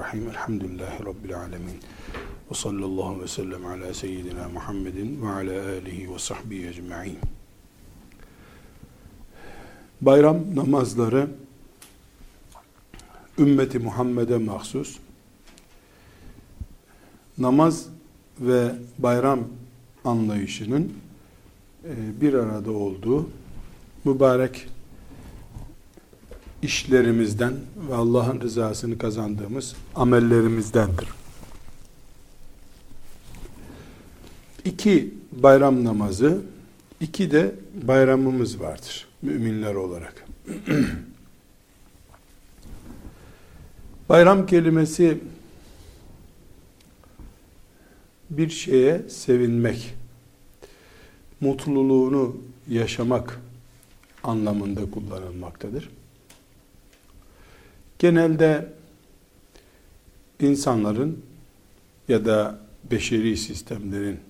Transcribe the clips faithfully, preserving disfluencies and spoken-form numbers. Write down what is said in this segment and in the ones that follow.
Bismillahirrahmanirrahim. Elhamdülillahi Rabbil alemin. Ve sallallahu ve sellem ala seyyidina Muhammedin ve ala alihi ve sahbihi ecma'in. Bayram namazları ümmeti Muhammed'e mahsus. Namaz ve bayram anlayışının bir arada olduğu mübarek işlerimizden ve Allah'ın rızasını kazandığımız amellerimizdendir. İki bayram namazı, iki de bayramımız vardır müminler olarak. Bayram kelimesi bir şeye sevinmek, mutluluğunu yaşamak anlamında kullanılmaktadır. Genelde insanların ya da beşeri sistemlerin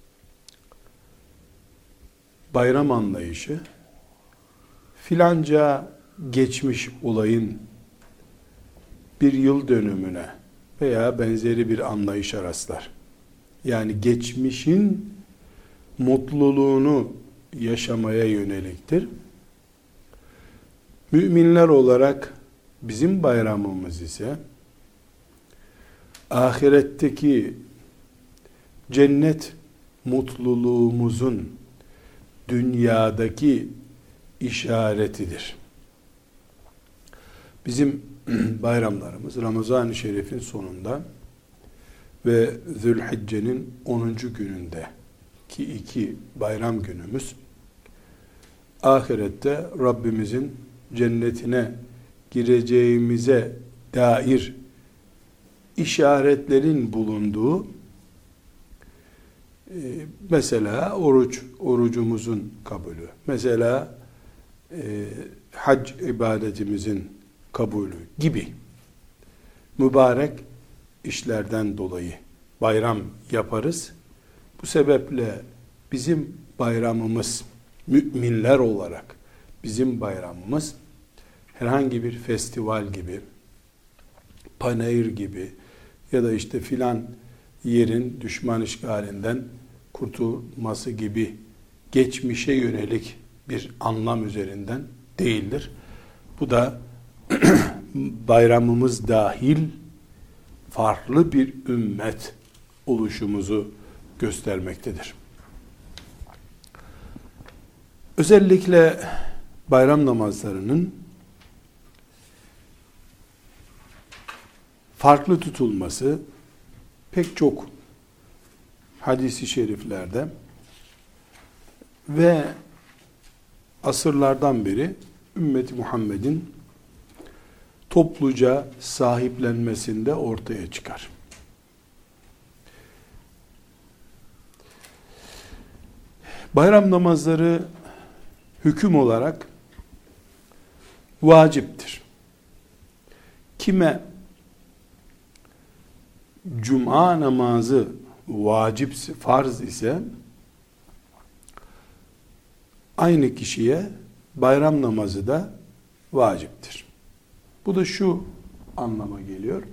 bayram anlayışı filanca geçmiş olayın bir yıl dönümüne veya benzeri bir anlayışa rastlar. Yani geçmişin mutluluğunu yaşamaya yöneliktir. Müminler olarak bizim bayramımız ise ahiretteki cennet mutluluğumuzun dünyadaki işaretidir. Bizim bayramlarımız Ramazan-ı Şerif'in sonunda ve Zülhicce'nin onuncu gününde ki iki bayram günümüz ahirette Rabbimizin cennetine gireceğimize dair işaretlerin bulunduğu, mesela oruç, orucumuzun kabulü, mesela e, hac ibadetimizin kabulü gibi mübarek işlerden dolayı bayram yaparız. Bu sebeple bizim bayramımız, müminler olarak bizim bayramımız herhangi bir festival gibi, panayır gibi ya da işte filan yerin düşman işgalinden kurtulması gibi geçmişe yönelik bir anlam üzerinden değildir. Bu da bayramımız dahil farklı bir ümmet oluşumuzu göstermektedir. Özellikle bayram namazlarının farklı tutulması pek çok hadis-i şeriflerde ve asırlardan beri ümmeti Muhammed'in topluca sahiplenmesinde ortaya çıkar. Bayram namazları hüküm olarak vaciptir. Kime Cuma namazı vacip, farz ise aynı kişiye bayram namazı da vaciptir. Bu da şu anlama geliyor.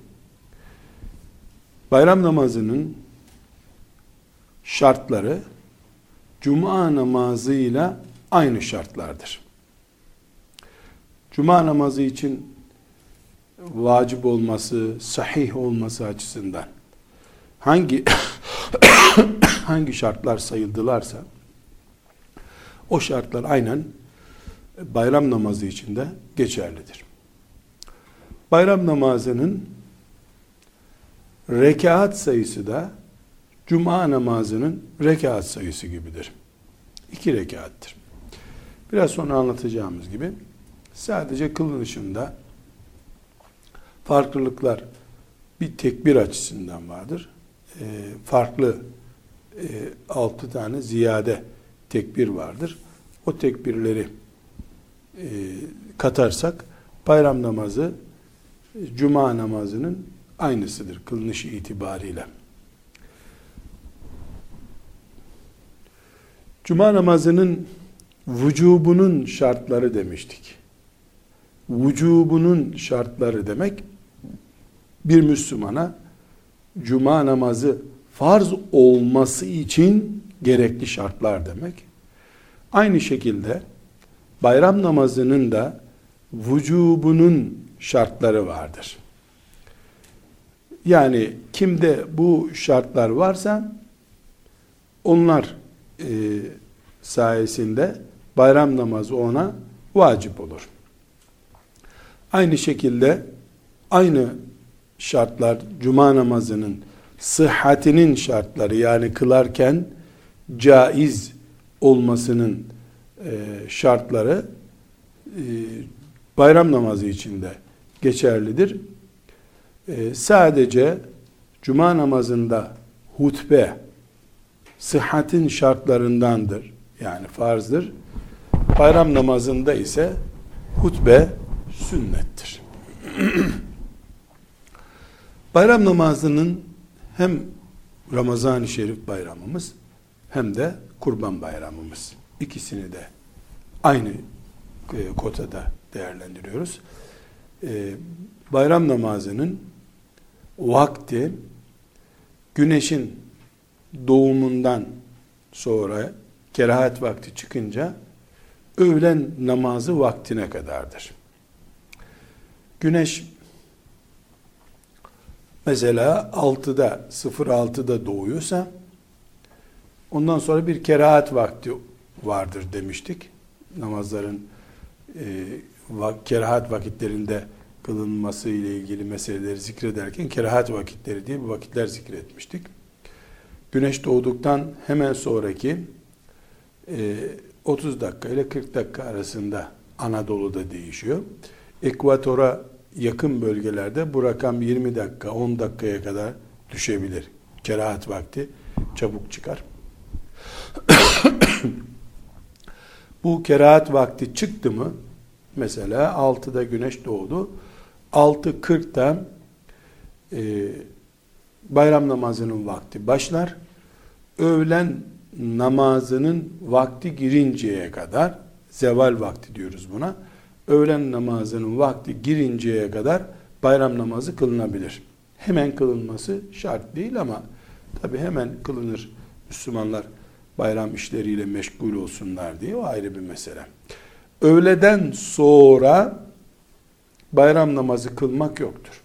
Bayram namazının şartları Cuma namazıyla aynı şartlardır. Cuma namazı için vacip olması, sahih olması açısından hangi hangi şartlar sayıldılarsa o şartlar aynen bayram namazı için de geçerlidir. Bayram namazının rekat sayısı da Cuma namazının rekat sayısı gibidir. İki rekattır. Biraz sonra anlatacağımız gibi sadece kılınışında farklılıklar bir tekbir açısından vardır. E, farklı e, altı tane ziyade tekbir vardır. O tekbirleri e, katarsak bayram namazı Cuma namazının aynısıdır kılınış itibariyle. Cuma namazının vücubunun şartları demiştik. Vücubunun şartları demek bir Müslümana cuma namazı farz olması için gerekli şartlar demek. Aynı şekilde bayram namazının da vücubunun şartları vardır. Yani kimde bu şartlar varsa onlar e, sayesinde bayram namazı ona vacip olur. Aynı şekilde aynı şartlar cuma namazının sıhhatinin şartları, yani kılarken caiz olmasının e, şartları e, bayram namazı için de geçerlidir. E, sadece cuma namazında hutbe sıhhatin şartlarındandır. Yani farzdır. Bayram namazında ise hutbe sünnettir. Bayram namazının hem Ramazan-ı Şerif bayramımız hem de Kurban bayramımız, İkisini de aynı e, kotada değerlendiriyoruz. E, bayram namazının vakti güneşin doğumundan sonra kerahat vakti çıkınca öğlen namazı vaktine kadardır. Güneş mesela altıda sıfır altıda doğuyorsa ondan sonra bir kerahat vakti vardır demiştik. Namazların e, vak, kerahat vakitlerinde kılınması ile ilgili meseleleri zikrederken kerahat vakitleri diye bir vakitler zikretmiştik. Güneş doğduktan hemen sonraki e, otuz dakika ile kırk dakika arasında Anadolu'da değişiyor. Ekvatora yakın bölgelerde bu rakam yirmi dakika, on dakikaya kadar düşebilir. Kerahat vakti çabuk çıkar. Bu kerahat vakti çıktı mı, mesela altıda güneş doğdu, altı kırkta e, bayram namazının vakti başlar. Öğlen namazının vakti girinceye kadar, zeval vakti diyoruz buna, öğlen namazının vakti girinceye kadar bayram namazı kılınabilir. Hemen kılınması şart değil ama tabi hemen kılınır, Müslümanlar bayram işleriyle meşgul olsunlar diye, o ayrı bir mesele. Öğleden sonra bayram namazı kılmak yoktur.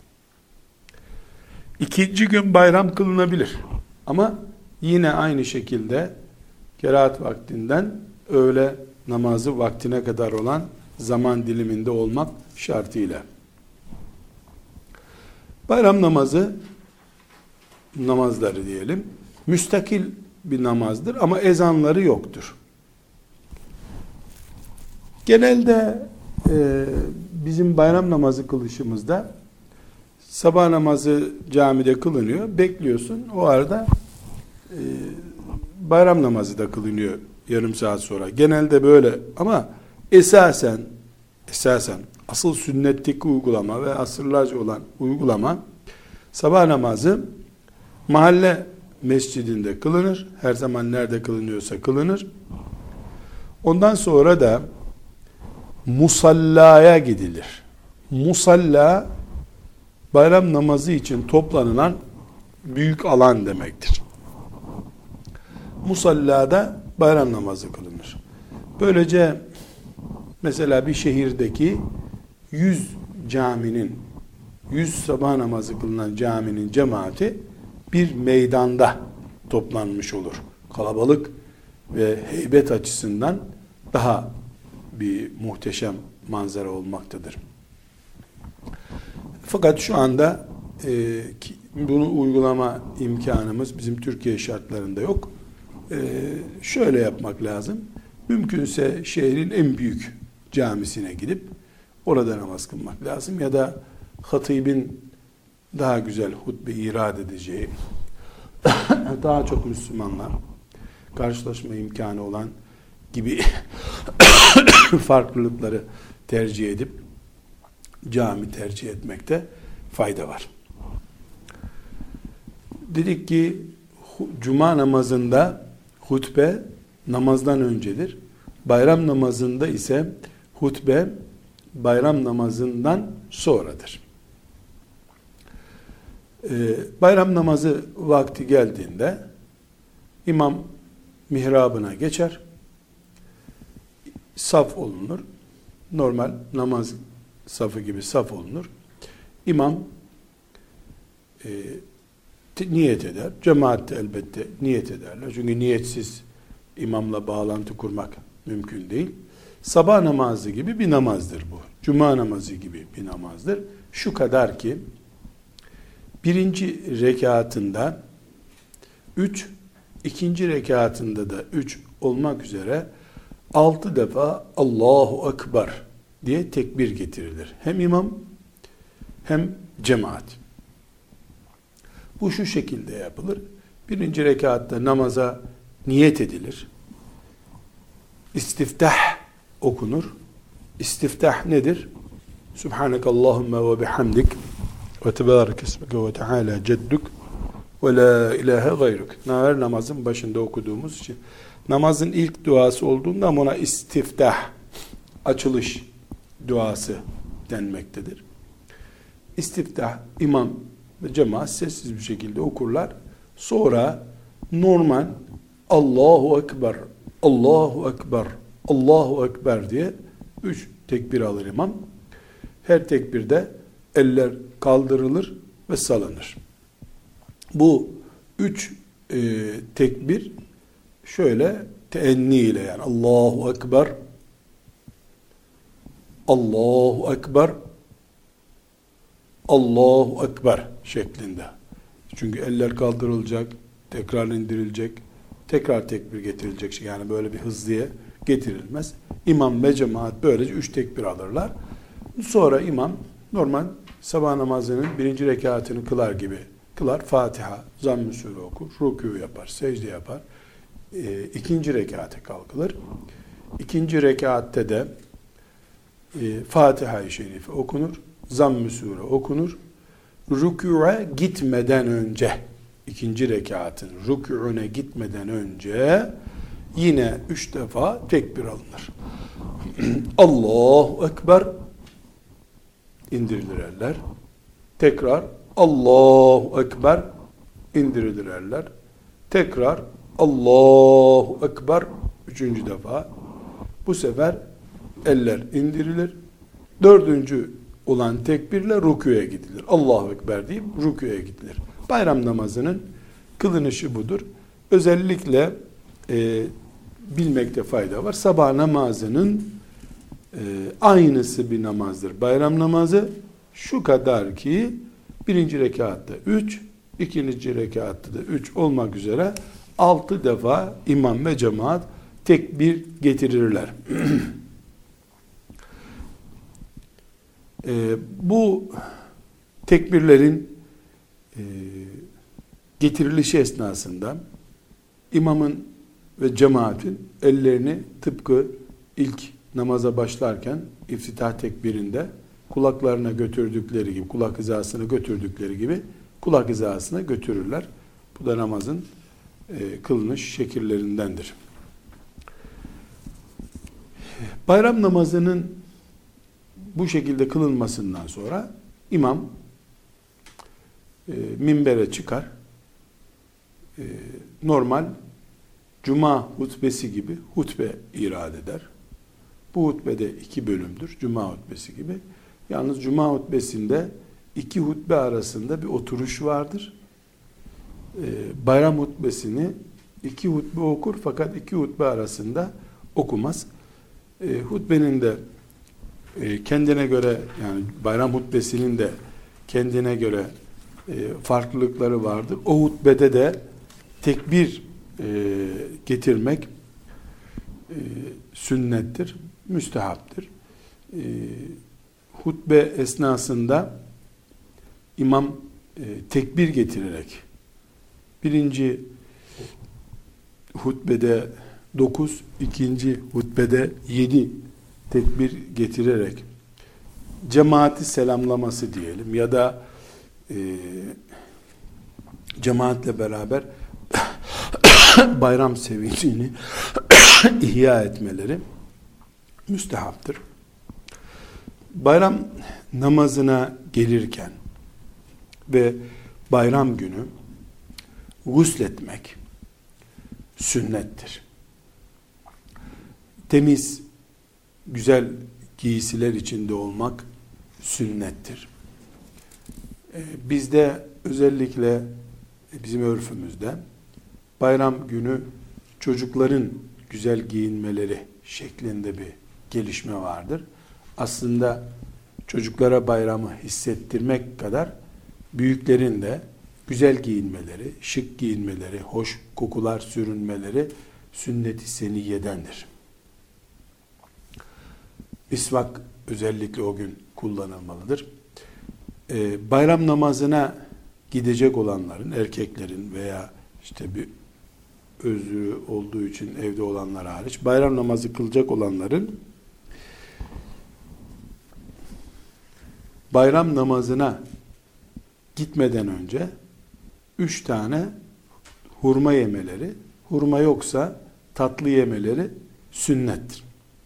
İkinci gün bayram kılınabilir ama yine aynı şekilde kerahat vaktinden öğle namazı vaktine kadar olan zaman diliminde olmak şartıyla. Bayram namazı namazları diyelim, müstakil bir namazdır ama ezanları yoktur. Genelde e, bizim bayram namazı kılışımızda sabah namazı camide kılınıyor, bekliyorsun, o arada e, bayram namazı da kılınıyor yarım saat sonra. Genelde böyle ama esasen esasen asıl sünnetteki uygulama ve asırlarca olan uygulama, sabah namazı mahalle mescidinde kılınır. Her zaman nerede kılınıyorsa kılınır. Ondan sonra da musallaya gidilir. Musalla bayram namazı için toplanılan büyük alan demektir. Musallada bayram namazı kılınır. Böylece mesela bir şehirdeki yüz caminin, yüz sabah namazı kılınan caminin cemaati bir meydanda toplanmış olur. Kalabalık ve heybet açısından daha bir muhteşem manzara olmaktadır. Fakat şu anda e, bunu uygulama imkanımız bizim Türkiye şartlarında yok. E, şöyle yapmak lazım. Mümkünse şehrin en büyük camisine gidip orada namaz kılmak lazım. Ya da hatibin daha güzel hutbe irad edeceği, daha çok Müslümanlar karşılaşma imkanı olan gibi farklılıkları tercih edip cami tercih etmekte fayda var. Dedik ki cuma namazında hutbe namazdan öncedir. Bayram namazında ise hutbe bayram namazından sonradır. Ee, bayram namazı vakti geldiğinde imam mihrabına geçer. Saf olunur. Normal namaz safı gibi saf olunur. İmam e, niyet eder. Cemaat de elbette niyet ederler. Çünkü niyetsiz imamla bağlantı kurmak mümkün değil. Sabah namazı gibi bir namazdır bu. Cuma namazı gibi bir namazdır. Şu kadar ki birinci rekatında üç, ikinci rekatında da üç olmak üzere altı defa Allahu Ekber diye tekbir getirilir. Hem imam hem cemaat. Bu şu şekilde yapılır. Birinci rekatta namaza niyet edilir. İstiftah okunur. İstiftah nedir? Subhanekallahumma ve bihamdik ve tebarek ismuke ve teala cedduk ve la ilahe gayruk. Her namazın başında okuduğumuz için. Namazın ilk duası olduğunda ona istiftah, açılış duası denmektedir. İstiftah, imam ve cemaat sessiz bir şekilde okurlar. Sonra normal Allahu Ekber, Allahu Ekber, Allahu Ekber diye üç tekbir alır imam. Her tekbirde eller kaldırılır ve salınır. Bu üç e, tekbir şöyle teenni ile, yani Allahu Ekber, Allahu Ekber, Allahu Ekber şeklinde. Çünkü eller kaldırılacak, tekrar indirilecek, tekrar tekbir getirilecek. Yani böyle bir hızlıya getirilmez. İmam ve cemaat böylece üç tekbir alırlar. Sonra imam normal sabah namazının birinci rekatını kılar gibi kılar. Fatiha, zamm-ı sure okur, rükû yapar, secde yapar. E, ikinci rekate kalkılır. İkinci rekatte de e, Fatiha-i Şerife okunur, zamm-ı sure okunur. Rükû'a gitmeden önce, ikinci rekatın rükû'una gitmeden önce yine üç defa tekbir alınır. Allahu Ekber, indirilir eller. Tekrar Allahu Ekber, indirilir eller. Tekrar Allahu Ekber, üçüncü defa. Bu sefer eller indirilir. Dördüncü olan tekbirle rükûya gidilir. Allahu Ekber deyip rükûya gidilir. Bayram namazının kılınışı budur. Özellikle e, bilmekte fayda var. Sabah namazının e, aynısı bir namazdır. Bayram namazı şu kadar ki birinci rekatta üç, ikinci rekatta da üç olmak üzere altı defa imam ve cemaat tekbir getirirler. e, bu tekbirlerin e, getirilişi esnasında imamın ve cemaatin ellerini tıpkı ilk namaza başlarken iftitah tekbirinde kulaklarına götürdükleri gibi, kulak hizasına götürdükleri gibi kulak hizasına götürürler. Bu da namazın e, kılınış şekillerindendir. Bayram namazının bu şekilde kılınmasından sonra imam e, minbere çıkar. E, normal Cuma hutbesi gibi hutbe irad eder. Bu hutbede iki bölümdür. Cuma hutbesi gibi. Yalnız Cuma hutbesinde iki hutbe arasında bir oturuş vardır. Ee, bayram hutbesini iki hutbe okur fakat iki hutbe arasında okumaz. Ee, hutbenin de e, kendine göre, yani bayram hutbesinin de kendine göre e, farklılıkları vardır. O hutbede de tekbir e, getirmek e, sünnettir, müstehaptır. E, hutbe esnasında imam e, tekbir getirerek birinci hutbede dokuz, ikinci hutbede yedi tekbir getirerek cemaati selamlaması diyelim ya da e, cemaatle beraber bayram sevincini ihya etmeleri müstehaptır. Bayram namazına gelirken ve bayram günü gusletmek sünnettir. Temiz, güzel giysiler içinde olmak sünnettir. Bizde özellikle bizim örfümüzde bayram günü çocukların güzel giyinmeleri şeklinde bir gelişme vardır. Aslında çocuklara bayramı hissettirmek kadar büyüklerin de güzel giyinmeleri, şık giyinmeleri, hoş kokular sürünmeleri sünnet-i seniyyedendir. Misvak özellikle o gün kullanılmalıdır. Ee, bayram namazına gidecek olanların, erkeklerin veya işte bir özrü olduğu için evde olanlar hariç, bayram namazı kılacak olanların bayram namazına gitmeden önce üç tane hurma yemeleri, hurma yoksa tatlı yemeleri sünnettir.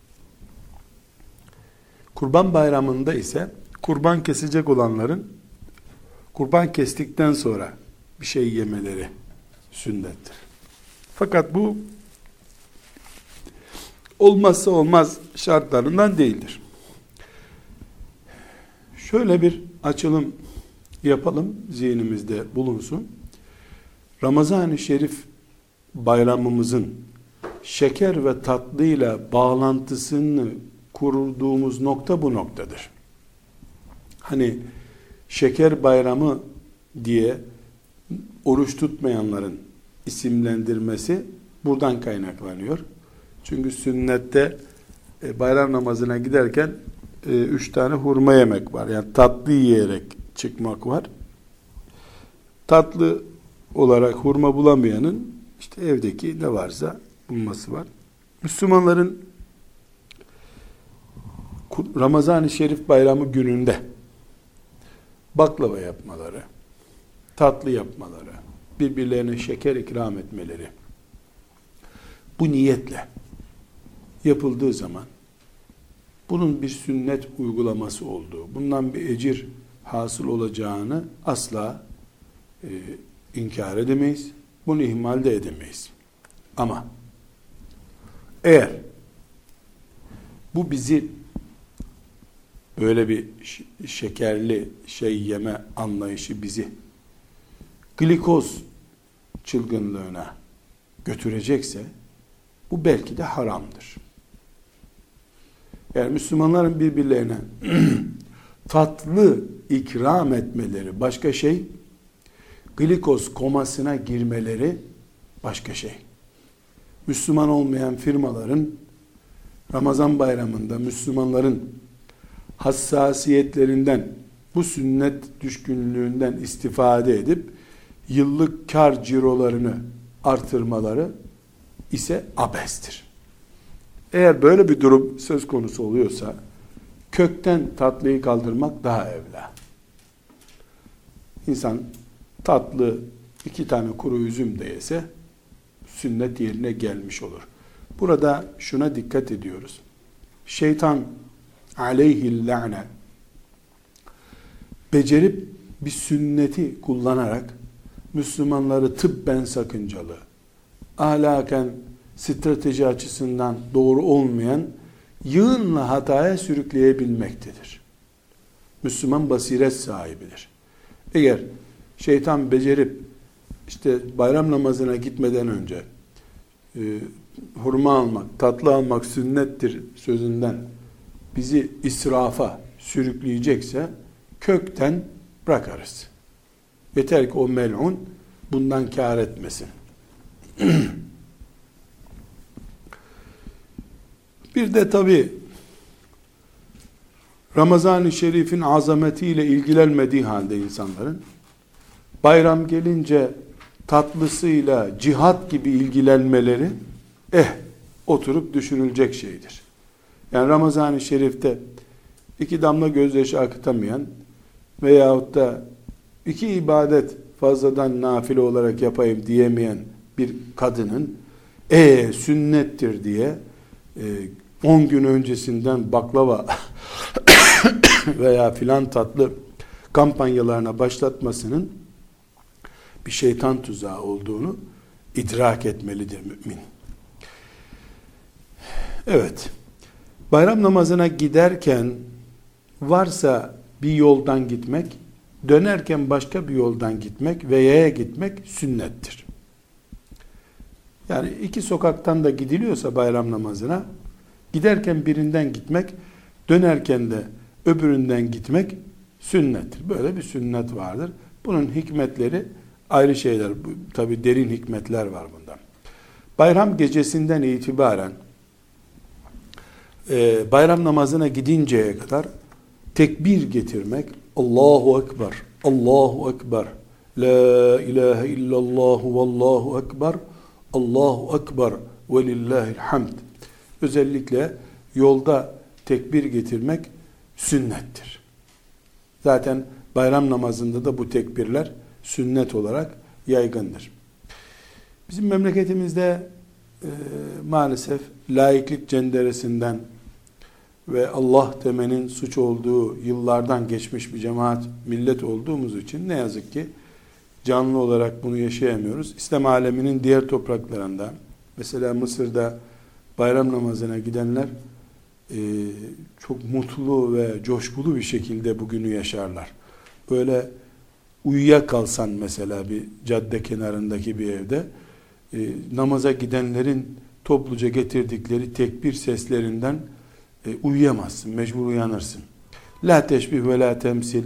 Kurban bayramında ise kurban kesecek olanların kurban kestikten sonra bir şey yemeleri sünnettir. Fakat bu olmazsa olmaz şartlarından değildir. Şöyle bir açılım yapalım, zihnimizde bulunsun. Ramazan-ı Şerif bayramımızın şeker ve tatlıyla bağlantısını kurduğumuz nokta bu noktadır. Hani şeker bayramı diye oruç tutmayanların isimlendirmesi buradan kaynaklanıyor. Çünkü sünnette bayram namazına giderken üç tane hurma yemek var. Yani tatlı yiyerek çıkmak var. Tatlı olarak hurma bulamayanın işte evdeki ne varsa bulması var. Müslümanların Ramazan-ı Şerif bayramı gününde baklava yapmaları, tatlı yapmaları, birbirlerine şeker ikram etmeleri, bu niyetle yapıldığı zaman bunun bir sünnet uygulaması olduğu, bundan bir ecir hasıl olacağını asla e, inkar edemeyiz. Bunu ihmal de edemeyiz. Ama eğer bu bizi böyle bir şekerli şey yeme anlayışı bizi glikoz çılgınlığına götürecekse bu belki de haramdır. Yani Müslümanların birbirlerine tatlı ikram etmeleri başka şey, glikoz komasına girmeleri başka şey. Müslüman olmayan firmaların Ramazan bayramında Müslümanların hassasiyetlerinden, bu sünnet düşkünlüğünden istifade edip yıllık kar cirolarını artırmaları ise abestir. Eğer böyle bir durum söz konusu oluyorsa kökten tatlıyı kaldırmak daha evla. İnsan tatlı iki tane kuru üzüm de yese sünnet yerine gelmiş olur. Burada şuna dikkat ediyoruz. Şeytan aleyhil la'ne becerip bir sünneti kullanarak Müslümanları tıbben sakıncalı, ahlaken strateji açısından doğru olmayan yığınla hataya sürükleyebilmektedir. Müslüman basiret sahibidir. Eğer şeytan becerip işte bayram namazına gitmeden önce e, hurma almak, tatlı almak sünnettir sözünden bizi israfa sürükleyecekse kökten bırakarız. Yeter ki o mel'un bundan kâr etmesin. Bir de tabi Ramazan-ı Şerif'in azametiyle ilgilenmediği halde insanların bayram gelince tatlısıyla cihat gibi ilgilenmeleri eh oturup düşünülecek şeydir. Yani Ramazan-ı Şerif'te iki damla gözyaşı akıtamayan veyahut da iki ibadet fazladan nafile olarak yapayım diyemeyen bir kadının e sünnettir diye on gün öncesinden baklava veya filan tatlı kampanyalarına başlatmasının bir şeytan tuzağı olduğunu idrak etmelidir mümin. Evet. Bayram namazına giderken varsa bir yoldan gitmek, dönerken başka bir yoldan gitmek ve yaya gitmek sünnettir. Yani iki sokaktan da gidiliyorsa bayram namazına, giderken birinden gitmek, dönerken de öbüründen gitmek sünnettir. Böyle bir sünnet vardır. Bunun hikmetleri ayrı şeyler. Tabi derin hikmetler var bundan. Bayram gecesinden itibaren e, bayram namazına gidinceye kadar tekbir getirmek, Allahu Ekber, Allahu Ekber, La ilahe illallah, Vallahu Ekber, Allahu Ekber, ve lillahil hamd. Özellikle yolda tekbir getirmek sünnettir. Zaten bayram namazında da bu tekbirler sünnet olarak yaygındır. Bizim memleketimizde e, maalesef laiklik cenderesinden ve Allah demenin suç olduğu yıllardan geçmiş bir cemaat, millet olduğumuz için ne yazık ki canlı olarak bunu yaşayamıyoruz. İslam aleminin diğer topraklarında, mesela Mısır'da bayram namazına gidenler e, çok mutlu ve coşkulu bir şekilde bugünü yaşarlar. Böyle uyuyakalsan mesela bir cadde kenarındaki bir evde, e, namaza gidenlerin topluca getirdikleri tekbir seslerinden e, uyuyamazsın, mecbur uyanırsın. La teşbih ve la temsil.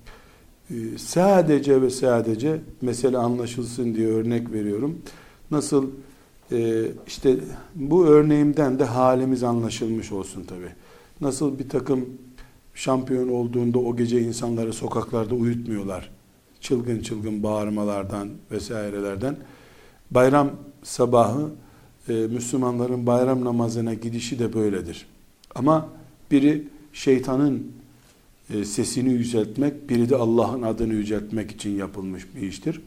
E, sadece ve sadece mesele anlaşılsın diye örnek veriyorum. Nasıl e, işte bu örneğimden de halimiz anlaşılmış olsun tabi. Nasıl bir takım şampiyon olduğunda o gece insanları sokaklarda uyutmuyorlar. Çılgın çılgın bağırmalardan vesairelerden. Bayram sabahı e, Müslümanların bayram namazına gidişi de böyledir. Ama biri şeytanın e, sesini yüceltmek, biri de Allah'ın adını yüceltmek için yapılmış bir iştir.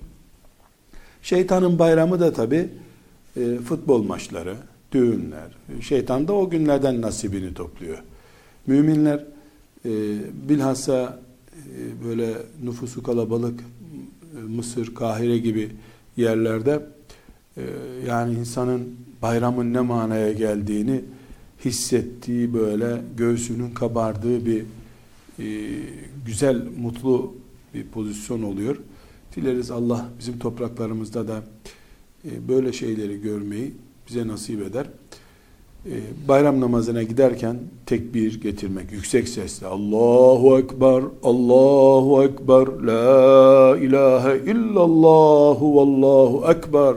Şeytanın bayramı da tabi e, futbol maçları, düğünler. Şeytan da o günlerden nasibini topluyor. Müminler e, bilhassa e, böyle nüfusu kalabalık e, Mısır, Kahire gibi yerlerde e, yani insanın bayramın ne manaya geldiğini hissettiği, böyle göğsünün kabardığı bir e, güzel, mutlu bir pozisyon oluyor. Dileriz Allah bizim topraklarımızda da e, böyle şeyleri görmeyi bize nasip eder. E, bayram namazına giderken tekbir getirmek, yüksek sesle Allahu Ekber, Allahu Ekber, La ilahe illallah, Vallahu Ekber,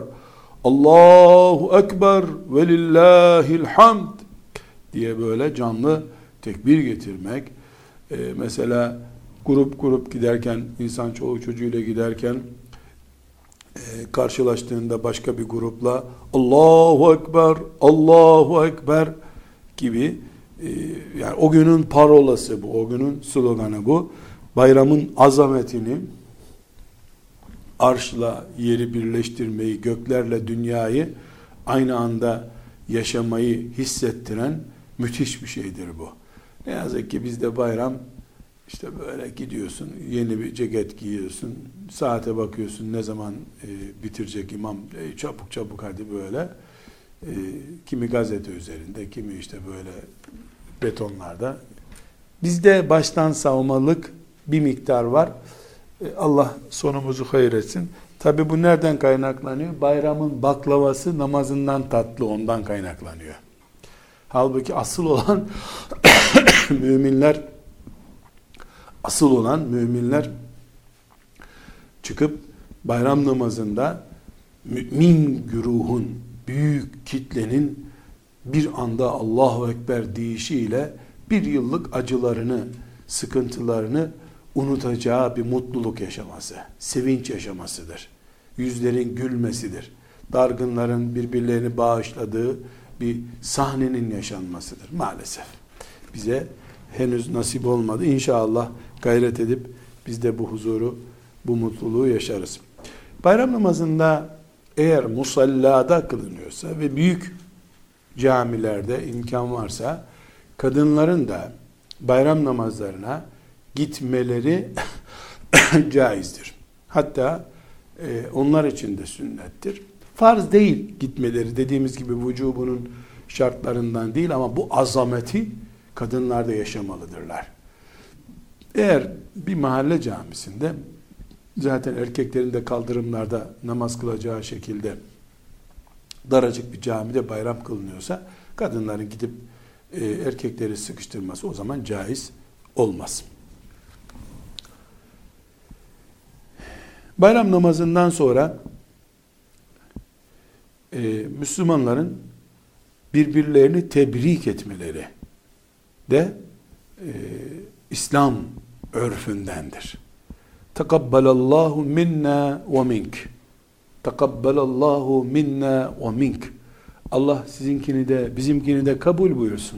Allahu Ekber, ve lillahil hamd diye böyle canlı tekbir getirmek. Ee, mesela grup grup giderken, insan çoluk çocuğuyla giderken e, karşılaştığında başka bir grupla Allahu Ekber, Allahu Ekber gibi e, yani o günün parolası bu, o günün sloganı bu. Bayramın azametini, arşla yeri birleştirmeyi, göklerle dünyayı aynı anda yaşamayı hissettiren müthiş bir şeydir bu. Ne yazık ki bizde bayram işte böyle gidiyorsun, yeni bir ceket giyiyorsun, saate bakıyorsun ne zaman e, bitirecek imam, e, çabuk çabuk hadi böyle. E, kimi gazete üzerinde, kimi işte böyle betonlarda. Bizde baştan savmalık bir miktar var. E, Allah sonumuzu hayır etsin. Tabi bu nereden kaynaklanıyor? Bayramın baklavası namazından tatlı, ondan kaynaklanıyor. Halbuki asıl olan müminler asıl olan müminler çıkıp bayram namazında mümin güruhun, büyük kitlenin bir anda Allahu Ekber deyişiyle bir yıllık acılarını, sıkıntılarını unutacağı bir mutluluk yaşaması, sevinç yaşamasıdır. Yüzlerin gülmesidir. Dargınların birbirlerini bağışladığı bir sahnenin yaşanmasıdır maalesef. Bize henüz nasip olmadı. İnşallah gayret edip biz de bu huzuru, bu mutluluğu yaşarız. Bayram namazında eğer musallada kılınıyorsa ve büyük camilerde imkan varsa kadınların da bayram namazlarına gitmeleri caizdir. Hatta e, onlar için de sünnettir. Farz değil gitmeleri, dediğimiz gibi vücubunun şartlarından değil, ama bu azameti kadınlar da yaşamalıdırlar. Eğer bir mahalle camisinde, zaten erkeklerin de kaldırımlarda namaz kılacağı şekilde daracık bir camide bayram kılınıyorsa, kadınların gidip e, erkekleri sıkıştırması o zaman caiz olmaz. Bayram namazından sonra e, Müslümanların birbirlerini tebrik etmeleri de e, İslam örfündendir. Tekabbelallahu minna ve mink. Tekabbelallahu minna ve mink. Allah sizinkini de bizimkini de kabul buyursun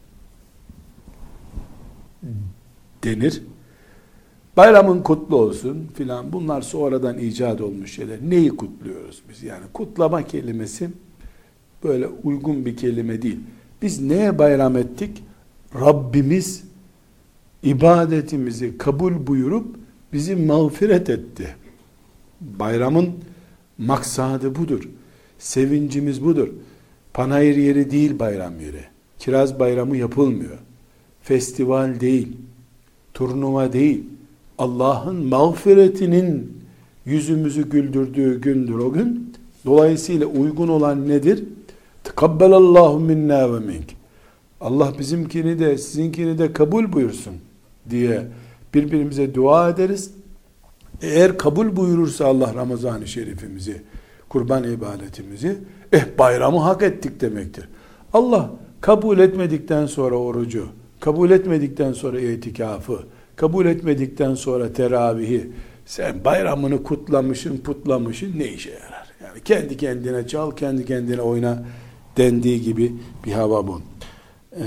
denir. Bayramın kutlu olsun filan, bunlar sonradan icat olmuş şeyler. Neyi kutluyoruz biz? Yani kutlama kelimesi böyle uygun bir kelime değil. Biz neye bayram ettik? Rabbimiz ibadetimizi kabul buyurup bizi mağfiret etti. Bayramın maksadı budur. Sevincimiz budur. Panayır yeri değil bayram yeri. Kiraz bayramı yapılmıyor. Festival değil. Turnuva değil. Allah'ın mağfiretinin yüzümüzü güldürdüğü gündür o gün. Dolayısıyla uygun olan nedir? Tekabbelallahu minna ve mink. Allah bizimkini de sizinkini de kabul buyursun diye birbirimize dua ederiz. Eğer kabul buyurursa Allah Ramazan-ı Şerifimizi, kurban ibadetimizi, eh bayramı hak ettik demektir. Allah kabul etmedikten sonra orucu, kabul etmedikten sonra itikafı, kabul etmedikten sonra teravihi, sen bayramını kutlamışsın, putlamışsın, ne işe yarar? Yani kendi kendine çal, kendi kendine oyna dendiği gibi bir hava bu. Ee,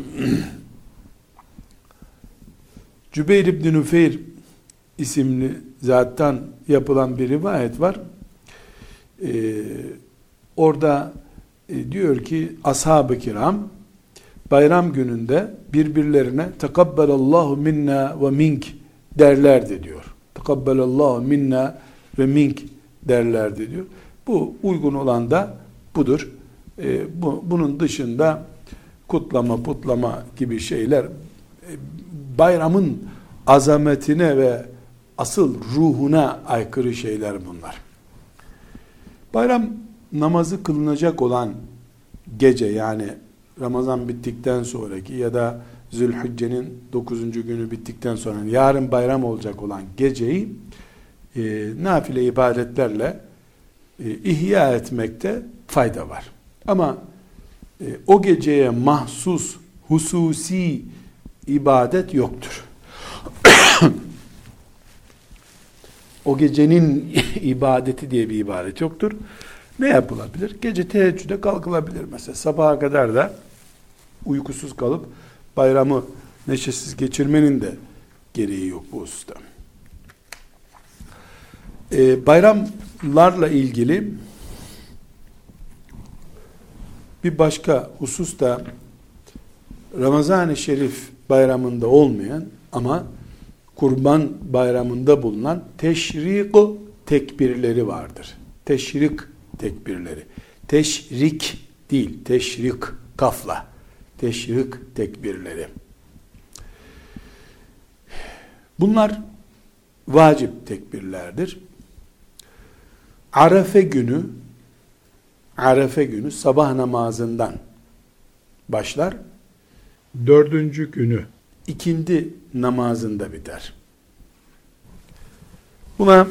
Cübeyr İbn Nüfeyr isimli zattan yapılan bir rivayet var. Ee, orada e, diyor ki ashab-ı kiram bayram gününde birbirlerine tekabbelallahu minna ve mink derlerdi diyor. Tekabbelallahu minna ve mink derlerdi diyor. Bu uygun olan da budur. Ee, bu, bunun dışında kutlama, putlama gibi şeyler e, bayramın azametine ve asıl ruhuna aykırı şeyler bunlar. Bayram namazı kılınacak olan gece, yani Ramazan bittikten sonraki ya da Zülhicce'nin dokuzuncu günü bittikten sonra, yarın bayram olacak olan geceyi e, nafile ibadetlerle e, ihya etmekte fayda var. Ama e, o geceye mahsus, hususi ibadet yoktur. O gecenin ibadeti diye bir ibadet yoktur. Ne yapılabilir? Gece teheccüde kalkılabilir mesela. Sabaha kadar da uykusuz kalıp bayramı neşesiz geçirmenin de gereği yok bu hususta. Ee, bayramlarla ilgili bir başka husus da Ramazan-ı Şerif bayramında olmayan ama Kurban bayramında bulunan teşrik tekbirleri vardır. Teşrik tekbirleri. Teşrik değil, teşrik kafla. Teşrik tekbirleri. Bunlar vacip tekbirlerdir. Arefe günü Arefe günü sabah namazından başlar. Dördüncü günü ikindi namazında biter. Buna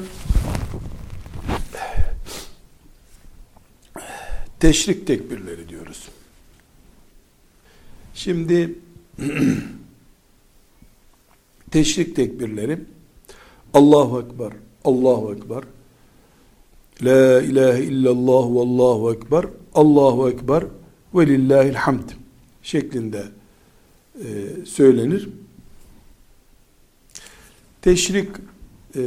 teşrik tekbirleri diyoruz. Şimdi teşrik tekbirleri Allahu Ekber, Allahu Ekber, La ilahe illallah ve Allahu Ekber, Allahu Ekber ve lillahil hamd şeklinde e, söylenir. Teşrik e,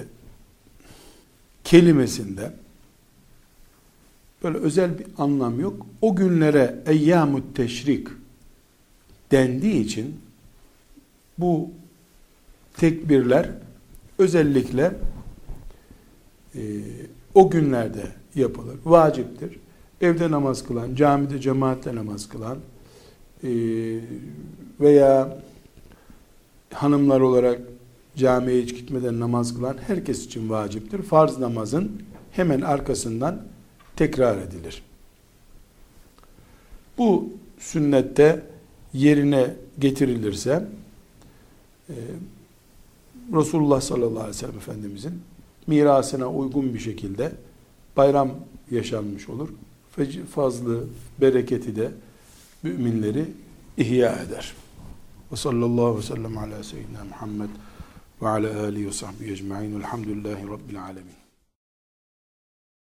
kelimesinde böyle özel bir anlam yok. O günlere eyyâmut teşrik dendiği için bu tekbirler özellikle e, o günlerde yapılır. Vaciptir. Evde namaz kılan, camide cemaatle namaz kılan e, veya hanımlar olarak camiye hiç gitmeden namaz kılan herkes için vaciptir. Farz namazın hemen arkasından tekrar edilir. Bu sünnette yerine getirilirse e, Resulullah sallallahu aleyhi ve sellem Efendimizin mirasına uygun bir şekilde bayram yaşanmış olur. Fazlı, bereketi de müminleri ihya eder. Ve sallallahu aleyhi ve sellem ala seyyidina Muhammed ve ala alihi ve sahbihi ecma'in. Elhamdülillahi Rabbil alemin.